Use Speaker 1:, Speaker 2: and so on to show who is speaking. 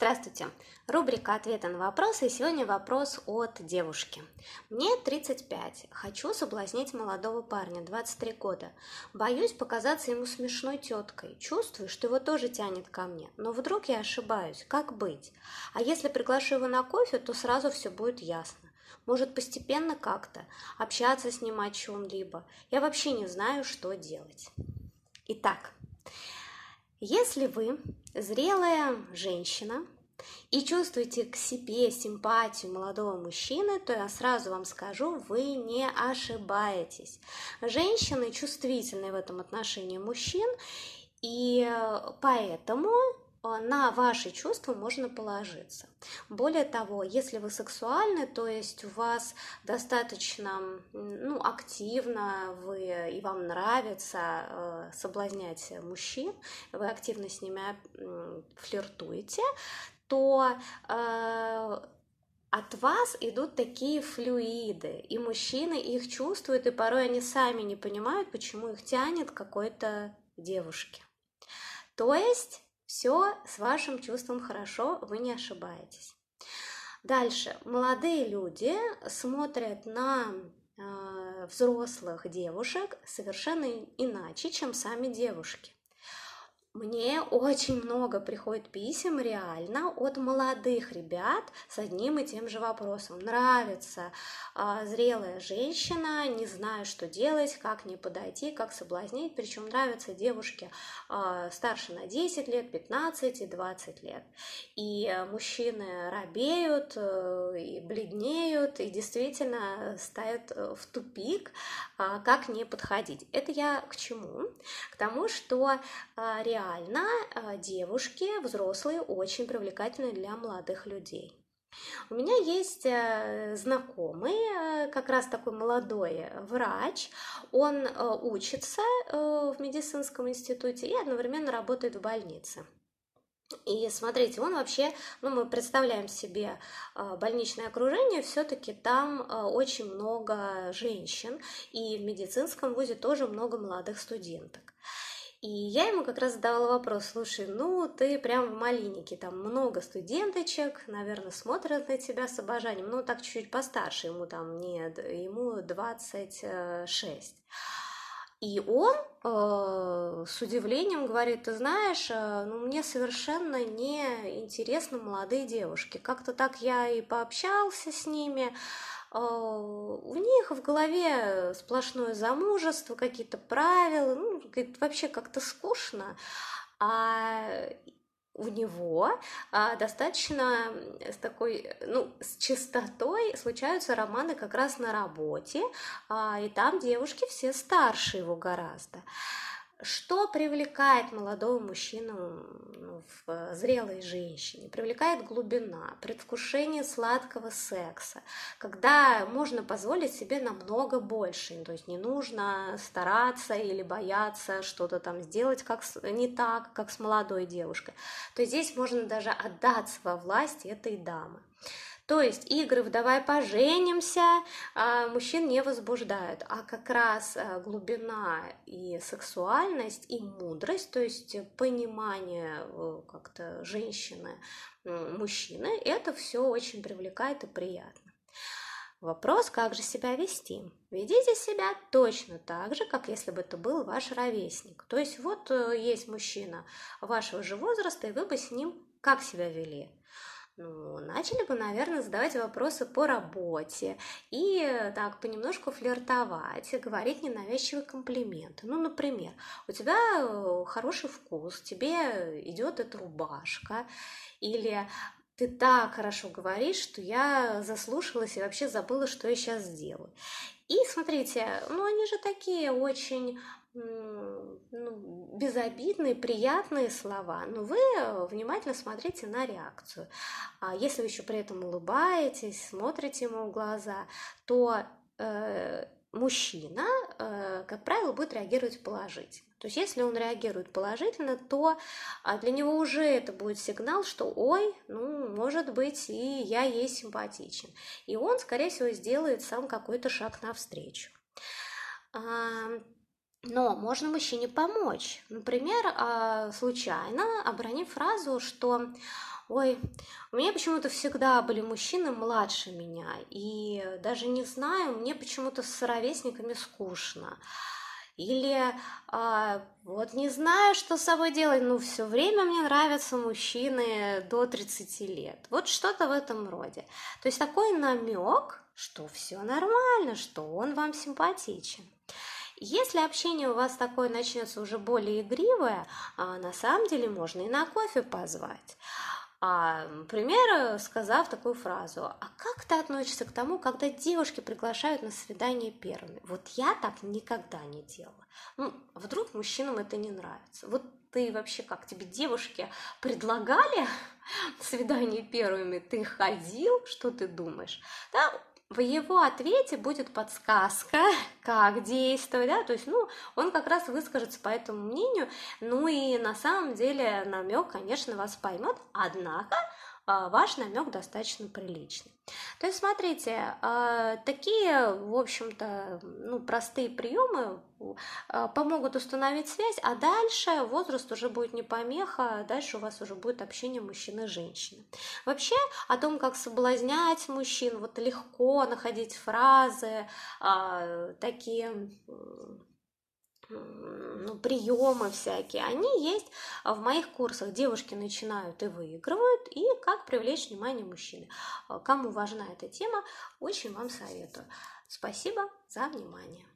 Speaker 1: Здравствуйте! Рубрика «Ответы на вопросы», и сегодня вопрос от девушки. Мне 35, хочу соблазнить молодого парня, 23 года. Боюсь показаться ему смешной теткой, чувствую, что его тоже тянет ко мне, но вдруг я ошибаюсь, как быть? А если приглашу его на кофе, то сразу все будет ясно. Может, постепенно как-то, общаться с ним о чем-либо. Я вообще не знаю, что делать. Итак, если вы зрелая женщина и чувствуете к себе симпатию молодого мужчины, то я сразу вам скажу, вы не ошибаетесь. Женщины чувствительны в этом отношении мужчин, и поэтому на ваши чувства можно положиться. Более того, если вы сексуальны, то есть у вас достаточно активно и вам нравится соблазнять мужчин, вы активно с ними флиртуете, то от вас идут такие флюиды, и мужчины их чувствуют, и порой они сами не понимают, почему их тянет к какой-то девушке. То есть все с вашим чувством хорошо, вы не ошибаетесь. Дальше. Молодые люди смотрят на взрослых девушек совершенно иначе, чем сами девушки. Мне очень много приходит писем реально от молодых ребят с одним и тем же вопросом. Нравится зрелая женщина, не знаю, что делать, как не подойти, как соблазнить. Причем нравятся девушки старше на 10 лет, 15 и 20 лет. И мужчины робеют, и бледнеют, и действительно ставят в тупик, как не подходить. Это я к чему? К тому, что реально девушки, взрослые, очень привлекательны для молодых людей. У меня есть знакомый, как раз такой молодой врач, он учится в медицинском институте и одновременно работает в больнице. И смотрите, он вообще, мы представляем себе больничное окружение, все-таки там очень много женщин, и в медицинском вузе тоже много молодых студенток. И я ему как раз задавала вопрос: слушай, ты прям в малинике, там много студенточек, наверное, смотрят на тебя с обожанием, так чуть-чуть постарше, ему 26. И он с удивлением говорит: ты знаешь, мне совершенно не интересны молодые девушки. Как-то так я и пообщался с ними. У них в голове сплошное замужество, какие-то правила, вообще как-то скучно. А у него достаточно с чистотой случаются романы как раз на работе, и там девушки все старше его гораздо. Что привлекает молодого мужчину в зрелой женщине? Привлекает глубина, предвкушение сладкого секса, когда можно позволить себе намного больше, то есть не нужно стараться или бояться что-то там сделать не так, как с молодой девушкой. То есть здесь можно даже отдаться во власть этой дамы. То есть игры в «давай поженимся» мужчин не возбуждают, а как раз глубина и сексуальность, и мудрость, то есть понимание как-то женщины, мужчины, это все очень привлекает и приятно. Вопрос, как же себя вести? Ведите себя точно так же, как если бы это был ваш ровесник. То есть есть мужчина вашего же возраста, и вы бы с ним как себя вели? Начали бы, наверное, задавать вопросы по работе и так понемножку флиртовать, говорить ненавязчивые комплименты. Например, у тебя хороший вкус, тебе идет эта рубашка, или ты так хорошо говоришь, что я заслушалась и вообще забыла, что я сейчас сделаю. И смотрите, они же такие очень безобидные, приятные слова, но вы внимательно смотрите на реакцию. А если вы еще при этом улыбаетесь, смотрите ему в глаза, то мужчина, как правило, будет реагировать положительно. То есть если он реагирует положительно, то для него уже это будет сигнал, что может быть, и я ей симпатичен. И он, скорее всего, сделает сам какой-то шаг навстречу. Но можно мужчине помочь. Например, случайно обронив фразу, что Ой, у меня почему-то всегда были мужчины младше меня, и даже не знаю, мне почему-то с ровесниками скучно. Или вот не знаю, что с собой делать, но все время мне нравятся мужчины до 30 лет. Вот что-то в этом роде. То есть такой намек, что все нормально, что он вам симпатичен. Если общение у вас такое начнется уже более игривое, на самом деле можно и на кофе позвать. Например, сказав такую фразу: «А как ты относишься к тому, когда девушки приглашают на свидание первыми?» Вот я так никогда не делала. Ну, вдруг мужчинам это не нравится. Вот ты вообще как, тебе девушки предлагали свидание первыми? Ты ходил? Что ты думаешь? Да, в его ответе будет подсказка, как действовать, да, то есть, он как раз выскажется по этому мнению, и на самом деле намек, конечно, вас поймет, однако ваш намек достаточно приличный. То есть, смотрите, такие, в общем-то, простые приемы помогут установить связь, а дальше возраст уже будет не помеха, дальше у вас уже будет общение мужчины и женщины. Вообще, о том, как соблазнять мужчин, вот легко находить фразы, такие приемы всякие, они есть в моих курсах. Девушки начинают и выигрывают, и как привлечь внимание мужчины. Кому важна эта тема, очень вам советую. Спасибо за внимание.